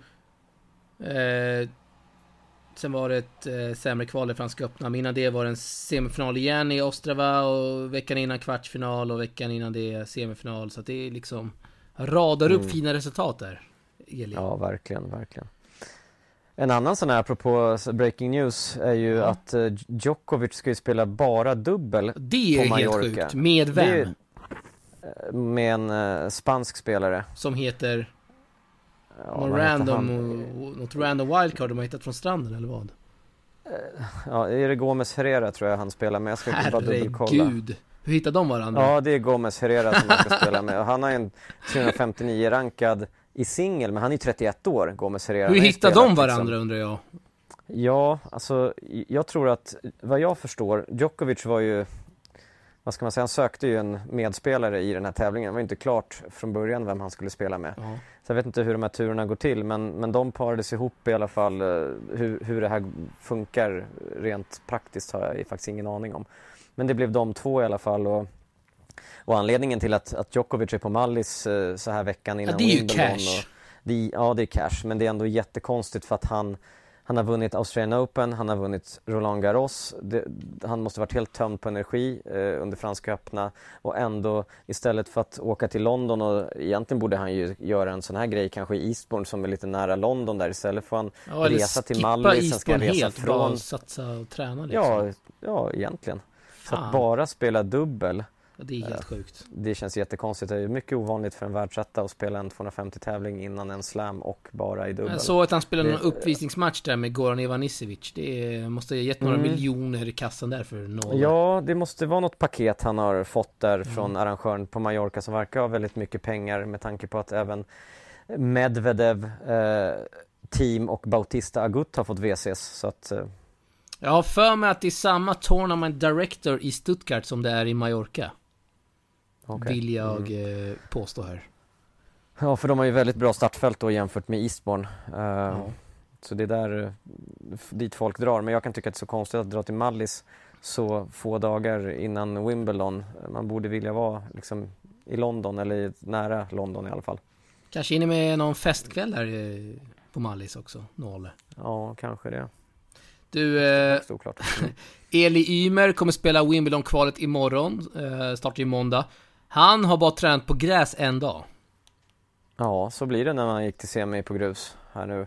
eh, sen var det ett eh, sämre kval i Franska öppna. Men innan det var en semifinal igen i Ostrava och veckan innan kvartsfinal och veckan innan det semifinal. Så att det är liksom radar upp mm. fina resultat där. Eli. Ja, verkligen, verkligen. En annan sån här apropå breaking news är ju ja. att uh, Djokovic ska ju spela bara dubbel det är på Mallorca. Helt sjukt. Med vem? Är, uh, med en uh, spansk spelare. Som heter... Ja, någon random, något random wildcard de har hittat från stranden eller vad? Ja, är det Gomes Herrera tror jag han spelar med. Jag ska inte bara dubbelkolla. Herregud, hur hittar de varandra? Ja, det är Gomes Herrera som han ska spela med. Och han har en trehundrafemtionio rankad i singel, men han är trettioett år, Gomes Herrera. Hur hittar de varandra liksom. Undrar jag? Ja, alltså jag tror att, vad jag förstår, Djokovic var ju, vad ska man säga, han sökte ju en medspelare i den här tävlingen. Det var inte klart från början vem han skulle spela med. Ja. Så jag vet inte hur de här turerna går till, men, men de parades ihop i alla fall. Hur, hur det här funkar rent praktiskt har jag faktiskt ingen aning om. Men det blev de två i alla fall, och, och anledningen till att, att Djokovic är på Mallis så här veckan innan Wimbledon. Ja, det är ju cash. Och, det, ja, det är cash, men det är ändå jättekonstigt för att han Han har vunnit Australian Open, han har vunnit Roland Garros. Det, han måste varit helt tömd på energi eh, under Franska öppna. Och ändå, istället för att åka till London, och egentligen borde han ju göra en sån här grej kanske i Eastbourne som är lite nära London där. Istället får han ja, resa till Mallis, sen ska han resa helt, från... bara satsa och träna liksom. Ja, ja egentligen. Fan. Så att bara spela dubbel. Ja, det är helt sjukt. Det känns jättekonstigt. Det är mycket ovanligt för en världsetta att spela en tvåhundrafemtio-tävling innan en slam och bara i dubbel. Jag såg att han spelade det... en uppvisningsmatch där med Goran Ivanisevic. Det måste ha gett några mm. miljoner i kassan där för noll. Ja, det måste vara något paket han har fått där mm. från arrangören på Mallorca som verkar ha väldigt mycket pengar, med tanke på att även Medvedev, eh, Team och Bautista Agut har fått V Cs. Så att... Eh... Jag har för mig att det är samma tournament director i Stuttgart som det är i Mallorca. Okay. Vill jag mm. påstå här. Ja, för de har ju väldigt bra startfält då jämfört med Eastbourne. Uh, ja. Så det är där dit folk drar. Men jag kan tycka att det är så konstigt att dra till Mallis så få dagar innan Wimbledon. Man borde vilja vara liksom i London, eller nära London i alla fall. Kanske inne med någon festkväll där på Mallis också. Noll. Ja, kanske det. Du, eh, mm. Eli Ymer kommer spela Wimbledon-kvalet imorgon. Eh, startar i måndag. Han har bara tränat på gräs en dag. Ja, så blir det när man gick till semi på grus här nu.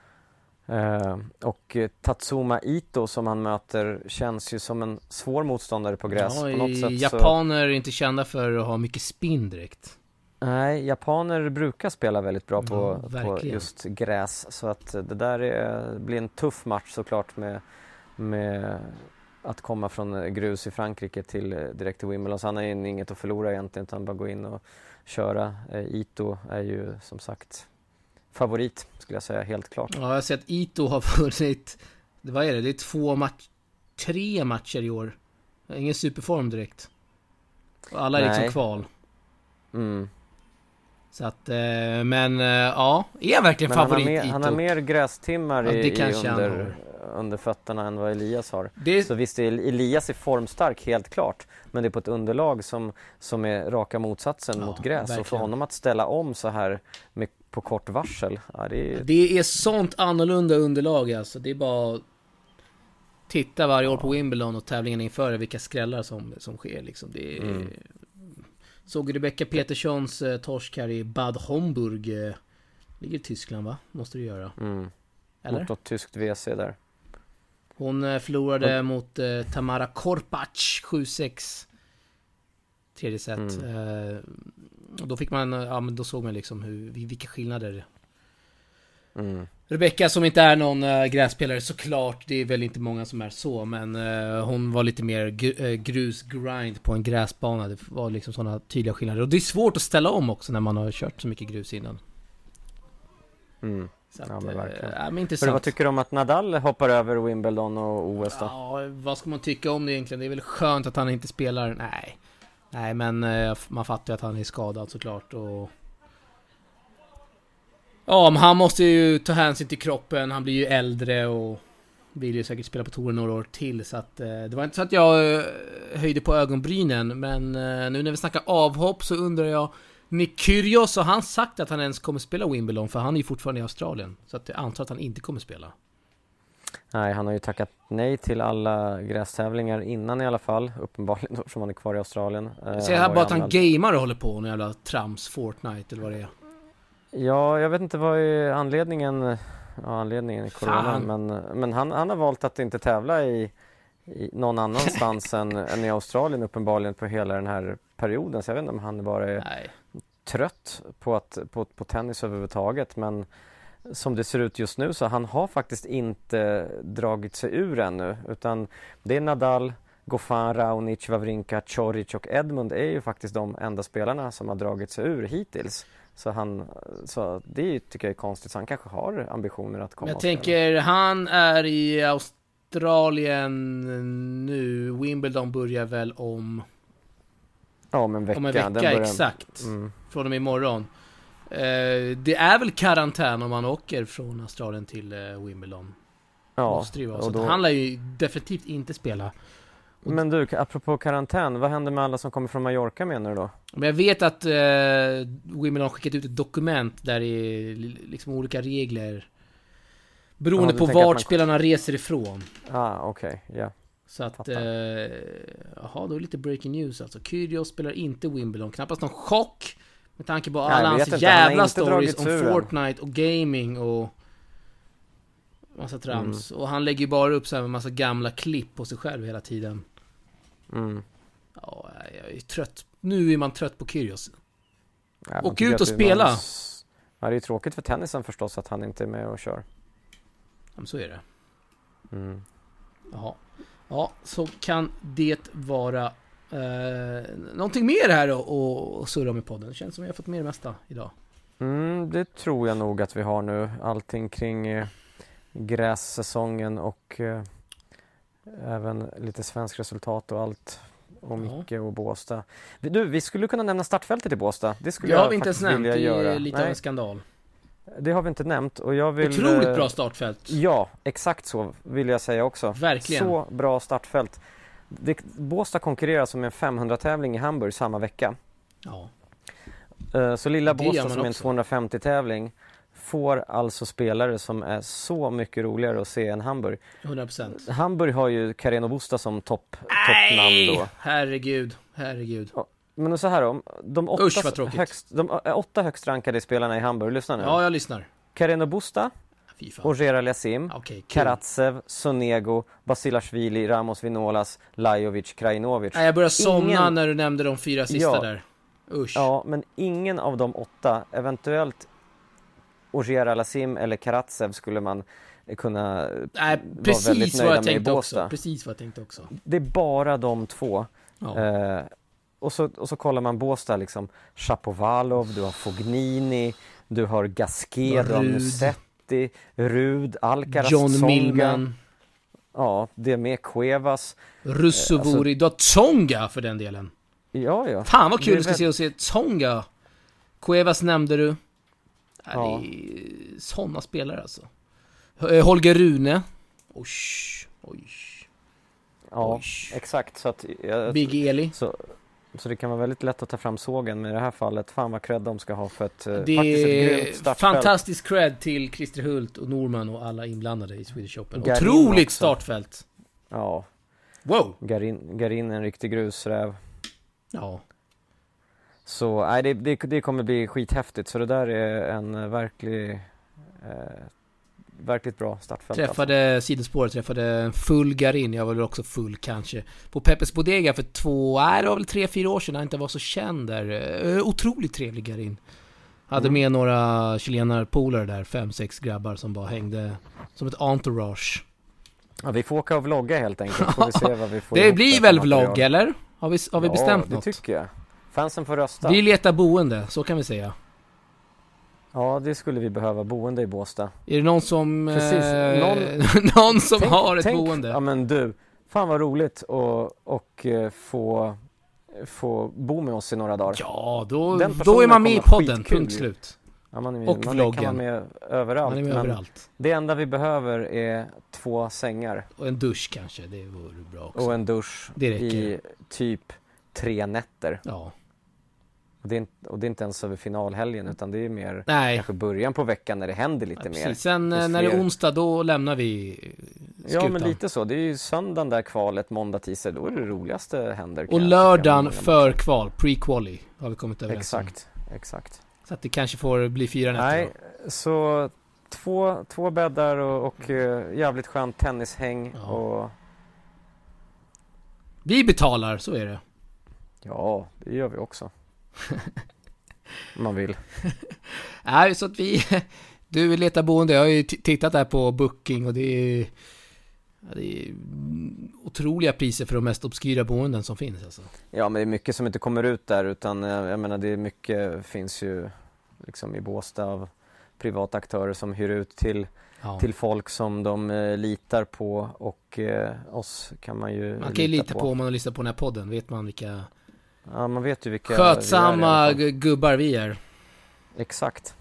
Eh, och Tatsuma Ito som han möter känns ju som en svår motståndare på gräs. Ja, på något sätt japaner så... är inte kända för att ha mycket spin direkt. Nej, japaner brukar spela väldigt bra på, ja, på just gräs. Så att det där är, blir en tuff match såklart med, med att komma från grus i Frankrike till direkt till Wimbledon. Så han har ju inget att förlora egentligen, utan bara gå in och köra. Ito är ju som sagt favorit, skulle jag säga, helt klart. Ja, jag har sett att Ito har vunnit, vad är det? Det är två match, tre matcher i år. Ingen superform direkt. Alla är liksom kval. Mm. Så att, men ja, är verkligen men favorit han har, mer, han har mer grästimmar ja, i, i under, under fötterna än vad Elias har. Det... Så visst, Elias är formstark helt klart, men det är på ett underlag som, som är raka motsatsen ja, mot gräs. Verkligen. Och för honom att ställa om så här med, på kort varsel. Ja, det, är... det är sånt annorlunda underlag alltså. Det är bara titta varje år ja. på Wimbledon och tävlingen inför vilka skrällar som, som sker liksom. Det är... Mm. Såg Rebecca Peterssons eh, torsk här i Bad Homburg. Eh, ligger i Tyskland, va? Måste du göra. Mm. Eller? Mot något tyskt V C där. Hon eh, förlorade mm. mot eh, Tamara Korpacz sju sex. Tredje set. Mm. Eh, och då fick man, ja men då såg man liksom hur, vilka skillnader. Mm. Rebecca som inte är någon äh, grässpelare såklart, det är väl inte många som är så, men äh, hon var lite mer gr- äh, grusgrind på en gräsbana. Det var liksom sådana tydliga skillnader. Och det är svårt att ställa om också när man har kört så mycket grus innan. Mm. Så att, ja, men verkligen. Äh, men intressant. För vad tycker du om att Nadal hoppar över Wimbledon och O S då? Ja, vad ska man tycka om det egentligen? Det är väl skönt att han inte spelar. Nej, Nej men äh, man fattar ju att han är skadad såklart. Och ja, men han måste ju ta hänsyn till kroppen. Han blir ju äldre och vill ju säkert spela på touren några år till. Så att, eh, det var inte så att jag eh, höjde på ögonbrynen. Men eh, nu när vi snackar avhopp så undrar jag, Nick Kyrgios, har han sagt att han ens kommer spela Wimbledon? För han är ju fortfarande i Australien. Så att jag antar att han inte kommer spela. Nej, han har ju tackat nej till alla grästävlingar innan i alla fall. Uppenbarligen då, som han är kvar i Australien. Jag ser här bara att han gamer och håller på någon jävla trams Fortnite eller vad det är. Ja, jag vet inte vad är anledningen. Ja, anledningen är corona. Men, men han, han har valt att inte tävla i, i någon annanstans än, än i Australien uppenbarligen på hela den här perioden. Så jag vet inte om han bara är Nej. trött på, att, på, på tennis överhuvudtaget. Men som det ser ut just nu så han har faktiskt inte dragit sig ur ännu. Utan det är Nadal, Goffin, Raonic, Wawrinka, Coric och Edmund är ju faktiskt de enda spelarna som har dragit sig ur hittills. Så, han, så det tycker jag är konstigt. Så han kanske har ambitioner att komma. Jag tänker, han är i Australien nu. Wimbledon börjar väl om... Ja, om en vecka. Om en vecka, börjar... exakt. Mm. Från och med imorgon. Eh, det är väl karantän om man åker från Australien till eh, Wimbledon. Ja. Måste det vara. Så då... han lär ju definitivt inte spela. Men du, apropå karantän, vad händer med alla som kommer från Mallorca menar du då? Men jag vet att eh, Wimbledon skickat ut ett dokument där det är liksom olika regler beroende ja, på vart man... spelarna reser ifrån. Ah, okej, okay. ja. Så att, eh, jaha, då är lite breaking news alltså. Kyrgios spelar inte Wimbledon. Knappast någon chock med tanke på alla hans inte. jävla stories om Fortnite och gaming och massa trams. Mm. Och han lägger ju bara upp så här med massa gamla klipp på sig själv hela tiden. Mm. Ja, jag är trött. Nu är man trött på Kyrgios. Ja, och ut och spela. Någon... Ja, det är tråkigt för tennisen förstås att han inte är med och kör. Ja, men så är det. Mm. Jaha. Ja, så kan det vara eh, någonting mer här då och, och surra om i podden. Det känns som vi har fått med det mesta idag. Mm, det tror jag nog att vi har nu. Allting kring eh, grässäsongen och eh, även lite svensk resultat och allt. Och Micke ja. och Båstad. Du, vi skulle kunna nämna startfältet i Båstad. Det skulle det har jag vi inte ens nämnt. Det är lite Nej. av en skandal. Det har vi inte nämnt och jag vill... Otroligt bra startfält. Ja, exakt så vill jag säga också. Verkligen. Så bra startfält. Det, Båstad konkurrerar som en femhundra-tävling i Hamburg samma vecka. Ja. Så lilla Båstad som är en tvåhundrafemtio-tävling får alltså spelare som är så mycket roligare att se än Hamburg. hundra procent. Hamburg har ju Carreno Busta som topp, toppnamn då. Herregud, herregud. Ja. Men så här då, de åtta, Usch, högst, de åtta högst rankade spelarna i Hamburg, lyssna nu. Ja, jag lyssnar. Carreno Busta, Ogier Aliassime, okay, cool. Karatsev, Sonego, Basilashvili, Ramos Vinolas, Lajovic, Krajinovic. Nej, jag började somna ingen... när du nämnde de fyra sista ja. där. Usch. Ja, men ingen av de åtta, eventuellt Ogier Aliassime eller Karatsev skulle man kunna Nej, precis vara väldigt nöjda vad jag tänkte med också. Precis vad jag tänkte också. Det är bara de två. Ja. Eh, och, så, och så kollar man Båstad liksom. Shapovalov, du har Fognini, du har Gasquet, du har Musetti, Rud, Alcaraz, John Tsonga. Millman. Ja, det är med Cuevas. Russovori, eh, alltså, du har Tsonga för den delen. Ja, ja. Fan vad kul det ska se och se Tsonga. Cuevas nämnde du. Ja. Det är sådana spelare alltså. Holger Rune. Oj, oj. Ja, oj. Exakt. Så att, jag, Big Eli. Så, så det kan vara väldigt lätt att ta fram sågen. Men i det här fallet, fan vad cred de ska ha för ett, det faktiskt ett grymt startfält. Fantastisk cred till Christer Hult och Norman och alla inblandade i Swedish Open. Garin Otroligt också. Startfält. Ja. Wow. Garin, Garin är en riktig grusräv. Ja. Så nej, det, det, det kommer bli skithäftigt. Så det där är en verklig, eh, verkligt bra startfält. Träffade alltså. Sidospår, träffade en full Garin. Jag var väl också full kanske. På Peppes Bodega för två, nej det var väl tre, fyra år sedan. Han inte var så känd där. Eh, otroligt trevlig Garin. Hade mm. med några chilenarpolare där. Fem, sex grabbar som bara hängde som ett entourage. Ja, vi får åka och vlogga helt enkelt. Får vi se vad vi får det blir väl vlogg, eller? Har vi, har vi ja, bestämt det något? Det tycker jag. Fansen får rösta. Vi letar boende, så kan vi säga. Ja, det skulle vi behöva. Boende i Båstad. Är det någon som, Precis. Eh, någon, någon som tänk, har ett tänk, boende? Ja, men du. Fan vad roligt och, och uh, få, få bo med oss i några dagar. Ja, då, då är man med i podden. Punkt slut. Ja, man är med, och man vloggen. kan vara med överallt. Man är med överallt. Det enda vi behöver är två sängar. Och en dusch kanske, det vore bra också. Och en dusch i typ tre nätter. Ja. Och det, är inte, och det är inte ens över finalhelgen utan det är mer Nej. kanske början på veckan när det händer lite ja, mer. Sen när det är onsdag då lämnar vi skutan. Ja men lite så, det är ju söndagen där kvalet, måndag, tisdag, då är det roligaste händer. Och lördagen för kval, pre-quali har vi kommit överens Exakt, om. exakt. Så att det kanske får bli fyra nätter. Nej, då. så två, två bäddar och, och uh, jävligt skönt tennishäng. Ja. Och... Vi betalar, så är det. Ja, det gör vi också. Man vill. Nej, så att vi du letar boende. Jag har ju t- tittat där på Booking och det är, ja, det är otroliga priser för de mest obskyra boenden som finns alltså. Ja, men det är mycket som inte kommer ut där utan jag menar det är mycket finns ju liksom i Båstad av privata aktörer som hyr ut till, ja. till folk som de eh, litar på, och eh, oss kan man ju Man kan ju lita lita på. på om man lyssnar på den här podden, vet man vilka Ja, man vet ju vilka skötsamma vi är, gubbar vi är. Exakt.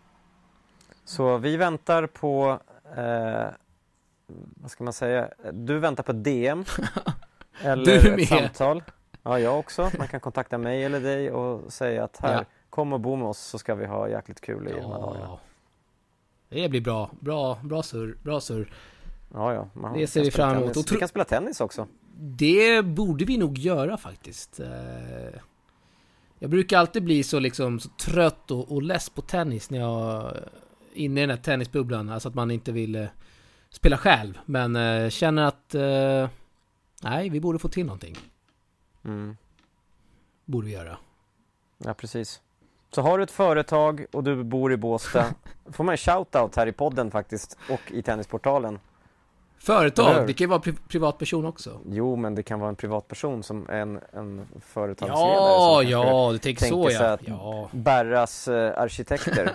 Så vi väntar på eh, vad ska man säga? Du väntar på D M eller Du ett med. samtal. Ja, jag också. Man kan kontakta mig eller dig och säga att här, Ja. kom och bo med oss så ska vi ha jäkligt kul i de här dagarna. Ja. Det blir bra. Bra, bra surr. Bra surr. Ja, ja. Man Det ser kan vi spela fram emot. tennis. Och tro- Vi kan spela tennis också. Det borde vi nog göra faktiskt. Eh, Jag brukar alltid bli så liksom så trött och, och less på tennis när jag är inne i den här tennisbubblan. Alltså att man inte vill eh, spela själv. Men eh, känner att eh, nej, vi borde få till någonting. Mm. Borde vi göra. Ja, precis. Så har du ett företag och du bor i Båstad, får man en shoutout här i podden faktiskt och i Tennisportalen. Företag, Eller? det kan ju vara pri- privatperson också. Jo, men det kan vara en privatperson som en, en företagsledare. Ja, som ja, du tänker tänker så sig ja. att ja. Berras eh, arkitekter.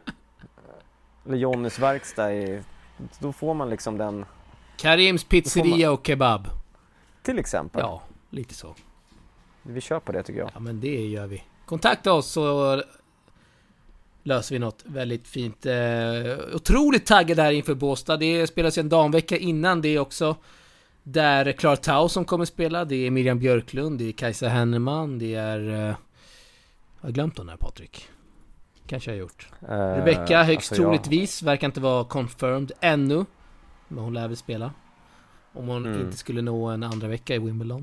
Eller Jonnys verkstad. I, då får man liksom den, Karims pizzeria och kebab. till exempel. Ja, lite så. Vi kör på det tycker jag. Ja, men det gör vi. Kontakta oss så löser vi något väldigt fint. Eh, otroligt taggad här inför Båstad. Det spelas ju en damvecka innan det också. Där Klara Tau som kommer spela. Det är Miriam Björklund, det är Kajsa Henneman, det är... Eh, jag har glömt hon här, Patrik. Kanske jag har gjort. Eh, Rebecca högst alltså troligtvis verkar inte vara confirmed ännu. Men hon lär väl spela. Om hon Mm. inte skulle nå en andra vecka i Wimbledon.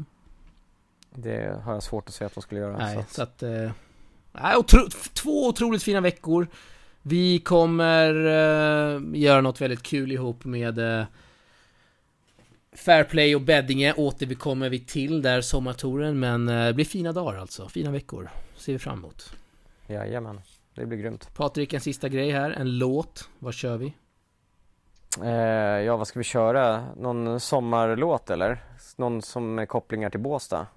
Det har jag svårt att säga att de skulle göra. Nej, så att, så att... Eh, nej, otro, två otroligt fina veckor. Vi kommer eh, göra något väldigt kul ihop med eh, Fairplay och Beddinge. Åter vi kommer vi till där sommartouren. Men eh, det blir fina dagar alltså. Fina veckor. Ser vi fram emot. jajamän, det blir grymt. Patrik, en sista grej här. En låt. Vad kör vi? Eh, ja, vad ska vi köra? Någon sommarlåt eller? Någon som är kopplingar till Båstad?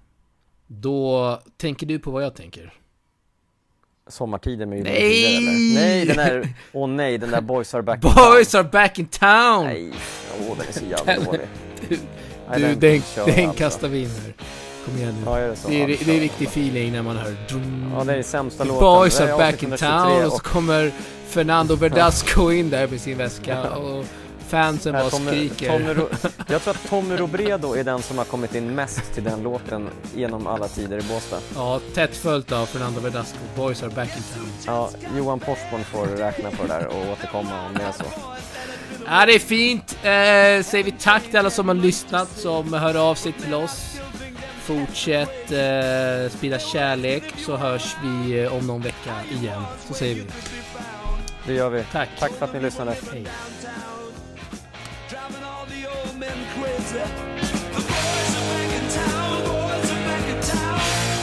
Då tänker du på vad jag tänker. Sommartiden med Gyllene Nej! Tider, eller? Nej, den är... Åh oh, nej, den där Boys Are Back in Boys Town. are back in town! Nej, åh, den är så jävla dålig. Du, Nej, du den, kör den alltså. kastar vi in här. Kom igen nu. Ja, är det så? Det är, Ja, det är riktig feeling när man hör drum. Ja, det är sämsta låten. Boys Det are är back in town. Och så och kommer Fernando Verdasco in där med sin väska. Och fansen bara Tommy, skriker. Tommy Ro, jag tror att Tommy Robredo är den som har kommit in mest till den låten genom alla tider i Båstad. Ja, tätt följt av Fernando Verdasco. Boys are back in town. Ja, Johan Porsborn får räkna på det där och återkomma om det är så. Ja, det är fint. Eh, säger vi tack till alla som har lyssnat, som hör av sig till oss. Fortsätt eh, sprida kärlek, så hörs vi eh, om någon vecka igen. Så säger vi. Det gör vi. Tack. Tack för att ni lyssnade. Hej. Driving all the old men crazy. The boys are back in town. The boys are back in town.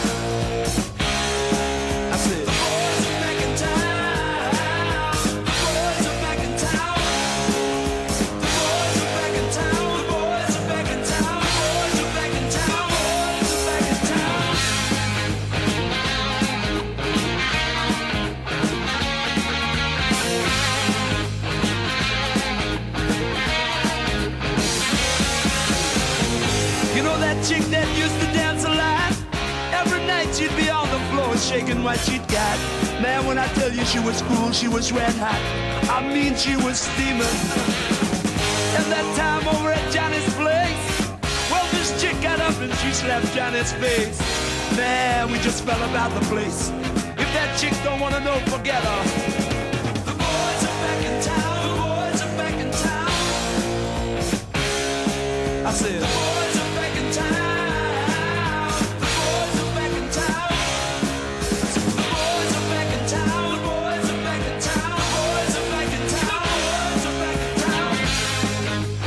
I said, the boys are back in town. The boys are back in town. The boys are back in town. The boys are back in town. The boys are back in town. The boys are back in town. You know that chick that used to dance a lot? Every night she'd be on the floor shaking what she'd got. Man, when I tell you she was cool, she was red hot. I mean, she was steaming. And that time over at Johnny's place, well, this chick got up and she slapped Johnny's face. Man, we just fell about the place. If that chick don't wanna know, forget her. The boys are back in town. The boys are back in town. I said, the boys are back in town. The boys are back in town. I said, the boys are back in town. The boys are back in town. The boys are back in town. The boys are back in town.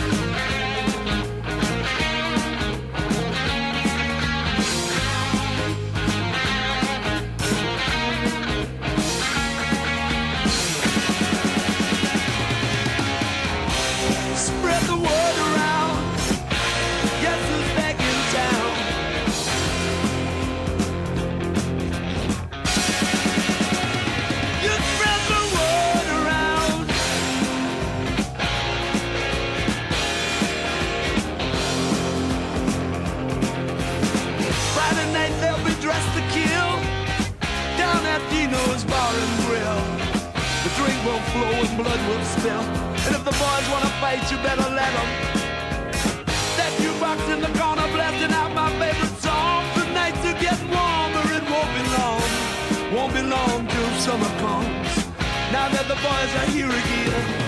blood will spill. And if the boys wanna fight, you better let them. That jukebox in the corner blasting out my favorite song. The nights are getting warmer, it won't be long. Won't be long till summer comes. Now that the boys are here again.